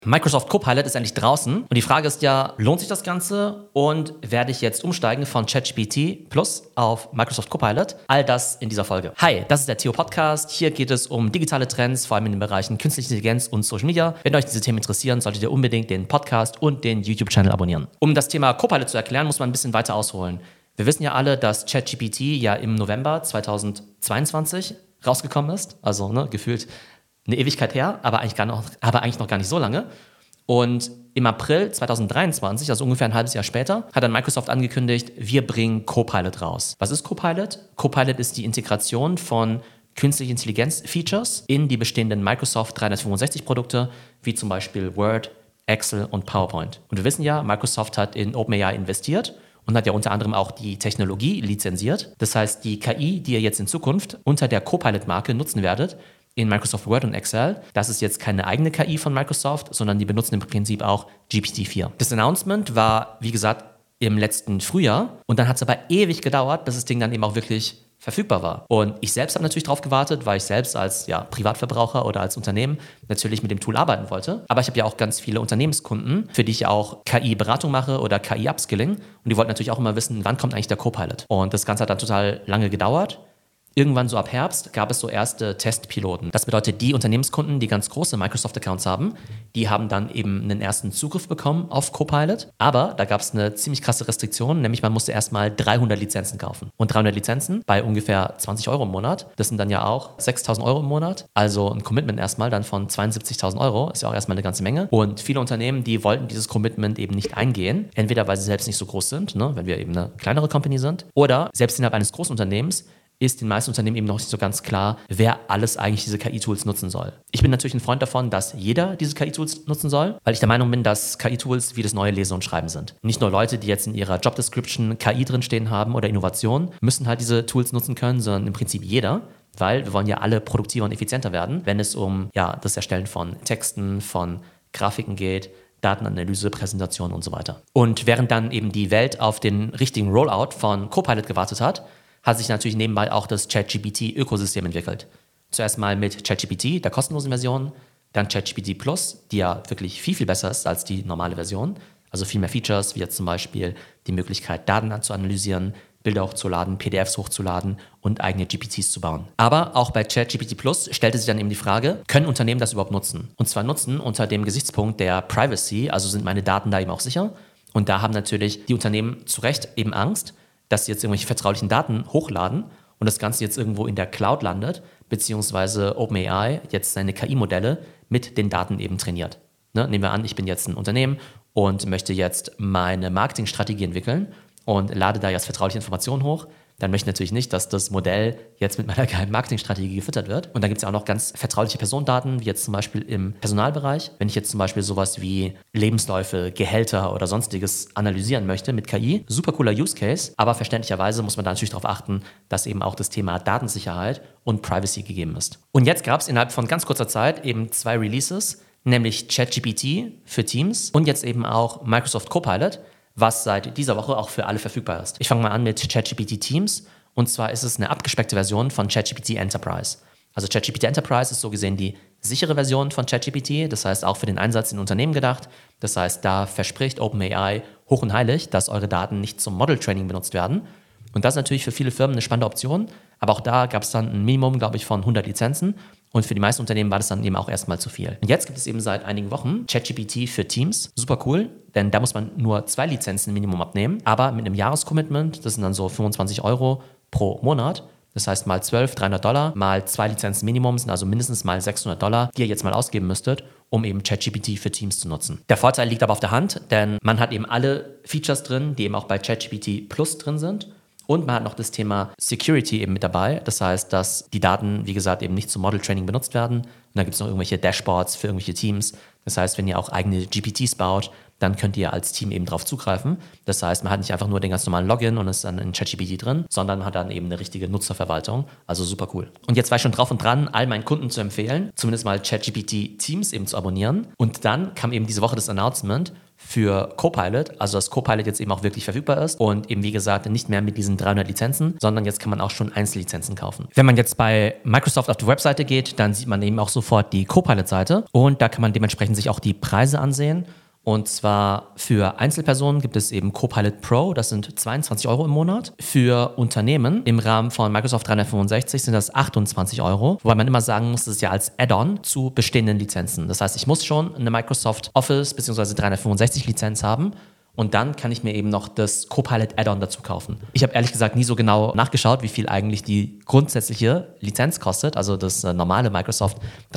Microsoft Copilot ist endlich draußen und die Frage ist ja, lohnt sich das Ganze und werde ich jetzt umsteigen von ChatGPT Plus auf Microsoft Copilot? All das in dieser Folge. Hi, das ist der Theo Podcast. Hier geht es um digitale Trends, vor allem in den Bereichen Künstliche Intelligenz und Social Media. Wenn euch diese Themen interessieren, solltet ihr unbedingt den Podcast und den YouTube-Channel abonnieren. Um das Thema Copilot zu erklären, muss man ein bisschen weiter ausholen. Wir wissen ja alle, dass ChatGPT ja im November 2022 rausgekommen ist, also gefühlt eine Ewigkeit her, aber eigentlich noch gar nicht so lange. Und im April 2023, also ungefähr ein halbes Jahr später, hat dann Microsoft angekündigt, wir bringen Copilot raus. Was ist Copilot? Copilot ist die Integration von künstliche Intelligenz-Features in die bestehenden Microsoft 365-Produkte, wie zum Beispiel Word, Excel und PowerPoint. Und wir wissen ja, Microsoft hat in OpenAI investiert und hat ja unter anderem auch die Technologie lizenziert. Das heißt, die KI, die ihr jetzt in Zukunft unter der Copilot-Marke nutzen werdet, in Microsoft Word und Excel, das ist jetzt keine eigene KI von Microsoft, sondern die benutzen im Prinzip auch GPT-4. Das Announcement war, wie gesagt, im letzten Frühjahr und dann hat es aber ewig gedauert, bis das Ding dann eben auch wirklich verfügbar war. Und ich selbst habe natürlich darauf gewartet, weil ich selbst als Privatverbraucher oder als Unternehmen natürlich mit dem Tool arbeiten wollte. Aber ich habe ja auch ganz viele Unternehmenskunden, für die ich auch KI-Beratung mache oder KI-Upskilling. Und die wollten natürlich auch immer wissen, wann kommt eigentlich der Copilot. Und das Ganze hat dann total lange gedauert. Irgendwann so ab Herbst gab es so erste Testpiloten. Das bedeutet, die Unternehmenskunden, die ganz große Microsoft-Accounts haben, die haben dann eben einen ersten Zugriff bekommen auf Copilot. Aber da gab es eine ziemlich krasse Restriktion, nämlich man musste erstmal 300 Lizenzen kaufen. Und 300 Lizenzen bei ungefähr 20 Euro im Monat, das sind dann ja auch 6.000 Euro im Monat. Also ein Commitment erstmal dann von 72.000 Euro, ist ja auch erstmal eine ganze Menge. Und viele Unternehmen, die wollten dieses Commitment eben nicht eingehen. Entweder weil sie selbst nicht so groß sind, wenn wir eben eine kleinere Company sind, oder selbst innerhalb eines großen Unternehmens ist den meisten Unternehmen eben noch nicht so ganz klar, wer alles eigentlich diese KI-Tools nutzen soll. Ich bin natürlich ein Freund davon, dass jeder diese KI-Tools nutzen soll, weil ich der Meinung bin, dass KI-Tools wie das neue Lesen und Schreiben sind. Nicht nur Leute, die jetzt in ihrer Job-Description KI drinstehen haben oder Innovation, müssen halt diese Tools nutzen können, sondern im Prinzip jeder, weil wir wollen ja alle produktiver und effizienter werden, wenn es um das Erstellen von Texten, von Grafiken geht, Datenanalyse, Präsentation und so weiter. Und während dann eben die Welt auf den richtigen Rollout von Copilot gewartet hat sich natürlich nebenbei auch das ChatGPT-Ökosystem entwickelt. Zuerst mal mit ChatGPT, der kostenlosen Version, dann ChatGPT Plus, die ja wirklich viel, viel besser ist als die normale Version. Also viel mehr Features, wie jetzt zum Beispiel die Möglichkeit, Daten zu analysieren, Bilder hochzuladen, PDFs hochzuladen und eigene GPTs zu bauen. Aber auch bei ChatGPT Plus stellte sich dann eben die Frage, können Unternehmen das überhaupt nutzen? Und zwar nutzen unter dem Gesichtspunkt der Privacy, also sind meine Daten da eben auch sicher? Und da haben natürlich die Unternehmen zu Recht eben Angst, dass sie jetzt irgendwelche vertraulichen Daten hochladen und das Ganze jetzt irgendwo in der Cloud landet, beziehungsweise OpenAI jetzt seine KI-Modelle mit den Daten eben trainiert. Nehmen wir an, ich bin jetzt ein Unternehmen und möchte jetzt meine Marketingstrategie entwickeln und lade da jetzt vertrauliche Informationen hoch. Dann möchte ich natürlich nicht, dass das Modell jetzt mit meiner geheimen Marketingstrategie gefüttert wird. Und dann gibt es ja auch noch ganz vertrauliche Personendaten, wie jetzt zum Beispiel im Personalbereich. Wenn ich jetzt zum Beispiel sowas wie Lebensläufe, Gehälter oder sonstiges analysieren möchte mit KI, super cooler Use Case, aber verständlicherweise muss man da natürlich darauf achten, dass eben auch das Thema Datensicherheit und Privacy gegeben ist. Und jetzt gab es innerhalb von ganz kurzer Zeit eben 2 Releases, nämlich ChatGPT für Teams und jetzt eben auch Microsoft Copilot, was seit dieser Woche auch für alle verfügbar ist. Ich fange mal an mit ChatGPT Teams und zwar ist es eine abgespeckte Version von ChatGPT Enterprise. Also ChatGPT Enterprise ist so gesehen die sichere Version von ChatGPT, das heißt auch für den Einsatz in Unternehmen gedacht. Das heißt, da verspricht OpenAI hoch und heilig, dass eure Daten nicht zum Model-Training benutzt werden. Und das ist natürlich für viele Firmen eine spannende Option, aber auch da gab es dann ein Minimum, glaube ich, von 100 Lizenzen. Und für die meisten Unternehmen war das dann eben auch erstmal zu viel. Und jetzt gibt es eben seit einigen Wochen ChatGPT für Teams. Super cool, denn da muss man nur 2 Lizenzen Minimum abnehmen, aber mit einem Jahrescommitment, das sind dann so 25 Euro pro Monat. Das heißt mal 12, $300, mal 2 Lizenzen Minimum sind also mindestens mal $600, die ihr jetzt mal ausgeben müsstet, um eben ChatGPT für Teams zu nutzen. Der Vorteil liegt aber auf der Hand, denn man hat eben alle Features drin, die eben auch bei ChatGPT Plus drin sind. Und man hat noch das Thema Security eben mit dabei. Das heißt, dass die Daten, wie gesagt, eben nicht zum Model-Training benutzt werden. Und dann gibt es noch irgendwelche Dashboards für irgendwelche Teams. Das heißt, wenn ihr auch eigene GPTs baut, dann könnt ihr als Team eben drauf zugreifen. Das heißt, man hat nicht einfach nur den ganz normalen Login und ist dann in ChatGPT drin, sondern man hat dann eben eine richtige Nutzerverwaltung. Also super cool. Und jetzt war ich schon drauf und dran, all meinen Kunden zu empfehlen, zumindest mal ChatGPT Teams eben zu abonnieren. Und dann kam eben diese Woche das Announcement für Copilot, also dass Copilot jetzt eben auch wirklich verfügbar ist und eben wie gesagt nicht mehr mit diesen 300 Lizenzen, sondern jetzt kann man auch schon Einzellizenzen kaufen. Wenn man jetzt bei Microsoft auf die Webseite geht, dann sieht man eben auch sofort die Copilot-Seite und da kann man dementsprechend sich auch die Preise ansehen. Und zwar für Einzelpersonen gibt es eben Copilot Pro, das sind 22 € im Monat. Für Unternehmen im Rahmen von Microsoft 365 sind das 28 €, wobei man immer sagen muss, das ist ja als Add-on zu bestehenden Lizenzen. Das heißt, ich muss schon eine Microsoft Office bzw. 365 Lizenz haben und dann kann ich mir eben noch das Copilot Add-on dazu kaufen. Ich habe ehrlich gesagt nie so genau nachgeschaut, wie viel eigentlich die grundsätzliche Lizenz kostet, also das normale Microsoft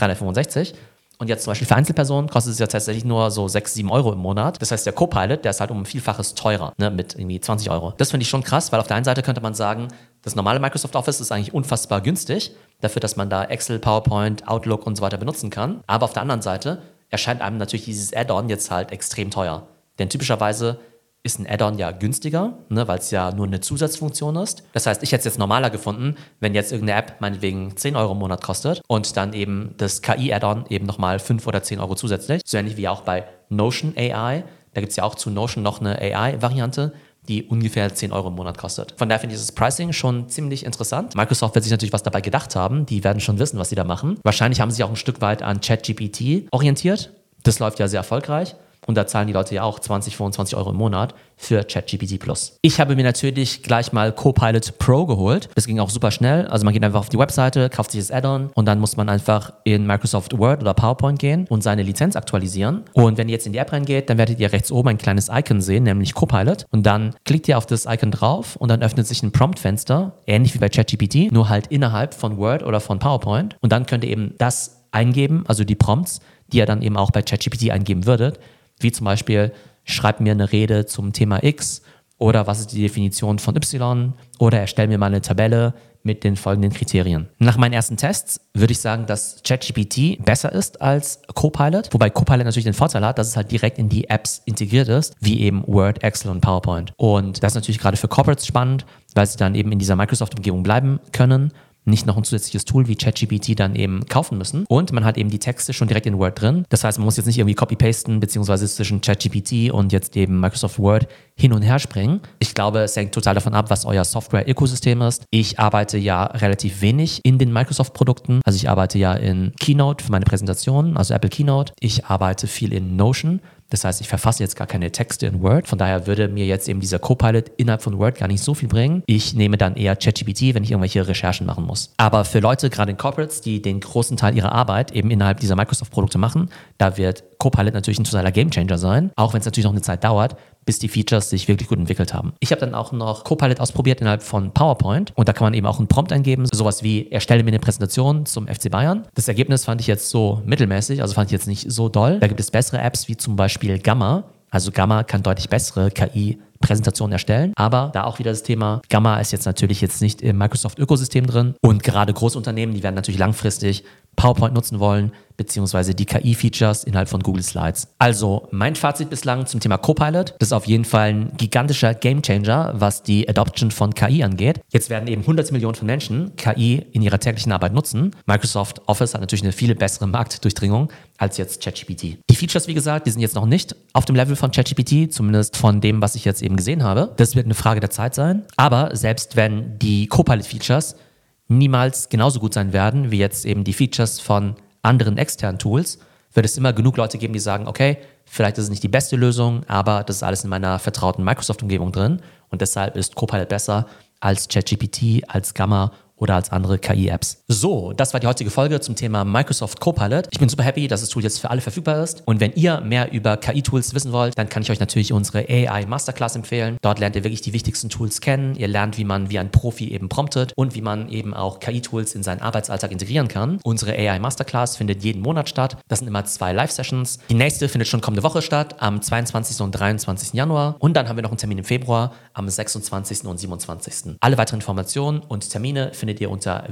365. Und jetzt zum Beispiel für Einzelpersonen kostet es ja tatsächlich nur so 6, 7 € im Monat. Das heißt, der Copilot, der ist halt um ein Vielfaches teurer, ne, mit irgendwie 20 €. Das finde ich schon krass, weil auf der einen Seite könnte man sagen, das normale Microsoft Office ist eigentlich unfassbar günstig, dafür, dass man da Excel, PowerPoint, Outlook und so weiter benutzen kann. Aber auf der anderen Seite erscheint einem natürlich dieses Add-on jetzt halt extrem teuer. Denn typischerweise ist ein Add-on ja günstiger, ne, weil es ja nur eine Zusatzfunktion ist. Das heißt, ich hätte es jetzt normaler gefunden, wenn jetzt irgendeine App meinetwegen 10 € im Monat kostet und dann eben das KI-Add-on eben nochmal 5 oder 10 € zusätzlich. So ähnlich wie auch bei Notion AI. Da gibt es ja auch zu Notion noch eine AI-Variante, die ungefähr 10 € im Monat kostet. Von daher finde ich das Pricing schon ziemlich interessant. Microsoft wird sich natürlich was dabei gedacht haben. Die werden schon wissen, was sie da machen. Wahrscheinlich haben sie sich auch ein Stück weit an ChatGPT orientiert. Das läuft ja sehr erfolgreich. Und da zahlen die Leute ja auch 20, 25 € im Monat für ChatGPT Plus. Ich habe mir natürlich gleich mal Copilot Pro geholt. Das ging auch super schnell. Also man geht einfach auf die Webseite, kauft sich das Add-on und dann muss man einfach in Microsoft Word oder PowerPoint gehen und seine Lizenz aktualisieren. Und wenn ihr jetzt in die App reingeht, dann werdet ihr rechts oben ein kleines Icon sehen, nämlich Copilot. Und dann klickt ihr auf das Icon drauf und dann öffnet sich ein Prompt-Fenster, ähnlich wie bei ChatGPT, nur halt innerhalb von Word oder von PowerPoint. Und dann könnt ihr eben das eingeben, also die Prompts, die ihr dann eben auch bei ChatGPT eingeben würdet. Wie zum Beispiel, schreib mir eine Rede zum Thema X oder was ist die Definition von Y oder erstell mir mal eine Tabelle mit den folgenden Kriterien. Nach meinen ersten Tests würde ich sagen, dass ChatGPT besser ist als Copilot, wobei Copilot natürlich den Vorteil hat, dass es halt direkt in die Apps integriert ist, wie eben Word, Excel und PowerPoint. Und das ist natürlich gerade für Corporates spannend, weil sie dann eben in dieser Microsoft-Umgebung bleiben können, nicht noch ein zusätzliches Tool wie ChatGPT dann eben kaufen müssen. Und man hat eben die Texte schon direkt in Word drin. Das heißt, man muss jetzt nicht irgendwie copy-pasten, beziehungsweise zwischen ChatGPT und jetzt eben Microsoft Word hin und her springen. Ich glaube, es hängt total davon ab, was euer Software-Ökosystem ist. Ich arbeite ja relativ wenig in den Microsoft-Produkten. Also ich arbeite ja in Keynote für meine Präsentationen, also Apple Keynote. Ich arbeite viel in Notion. Das heißt, ich verfasse jetzt gar keine Texte in Word. Von daher würde mir jetzt eben dieser Copilot innerhalb von Word gar nicht so viel bringen. Ich nehme dann eher ChatGPT, wenn ich irgendwelche Recherchen machen muss. Aber für Leute, gerade in Corporates, die den großen Teil ihrer Arbeit eben innerhalb dieser Microsoft-Produkte machen, da wird Copilot natürlich ein totaler Gamechanger sein, auch wenn es natürlich noch eine Zeit dauert, bis die Features sich wirklich gut entwickelt haben. Ich habe dann auch noch Copilot ausprobiert innerhalb von PowerPoint und da kann man eben auch einen Prompt eingeben, sowas wie erstelle mir eine Präsentation zum FC Bayern. Das Ergebnis fand ich jetzt so mittelmäßig, also fand ich jetzt nicht so doll. Da gibt es bessere Apps wie zum Beispiel Gamma. Also Gamma kann deutlich bessere KI-Präsentationen erstellen, aber da auch wieder das Thema, Gamma ist jetzt natürlich jetzt nicht im Microsoft-Ökosystem drin und gerade Großunternehmen, die werden natürlich langfristig PowerPoint nutzen wollen, beziehungsweise die KI-Features innerhalb von Google Slides. Also mein Fazit bislang zum Thema Copilot, das ist auf jeden Fall ein gigantischer Gamechanger, was die Adoption von KI angeht. Jetzt werden eben hunderte Millionen von Menschen KI in ihrer täglichen Arbeit nutzen. Microsoft Office hat natürlich eine viel bessere Marktdurchdringung als jetzt ChatGPT. Die Features, wie gesagt, die sind jetzt noch nicht auf dem Level von ChatGPT, zumindest von dem, was ich jetzt eben gesehen habe. Das wird eine Frage der Zeit sein. Aber selbst wenn die Copilot-Features niemals genauso gut sein werden, wie jetzt eben die Features von anderen externen Tools, wird es immer genug Leute geben, die sagen, okay, vielleicht ist es nicht die beste Lösung, aber das ist alles in meiner vertrauten Microsoft-Umgebung drin und deshalb ist Copilot besser als ChatGPT, als Gamma oder als andere KI-Apps. So, das war die heutige Folge zum Thema Microsoft Copilot. Ich bin super happy, dass das Tool jetzt für alle verfügbar ist. Und wenn ihr mehr über KI-Tools wissen wollt, dann kann ich euch natürlich unsere AI Masterclass empfehlen. Dort lernt ihr wirklich die wichtigsten Tools kennen. Ihr lernt, wie man wie ein Profi eben promptet und wie man eben auch KI-Tools in seinen Arbeitsalltag integrieren kann. Unsere AI Masterclass findet jeden Monat statt. Das sind immer 2 Live-Sessions. Die nächste findet schon kommende Woche statt, am 22. und 23. Januar. Und dann haben wir noch einen Termin im Februar, am 26. und 27. Alle weiteren Informationen und Termine findet ihr unter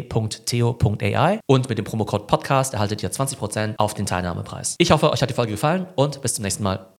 www.theo.ai und mit dem Promocode Podcast erhaltet ihr 20% auf den Teilnahmepreis. Ich hoffe, euch hat die Folge gefallen und bis zum nächsten Mal.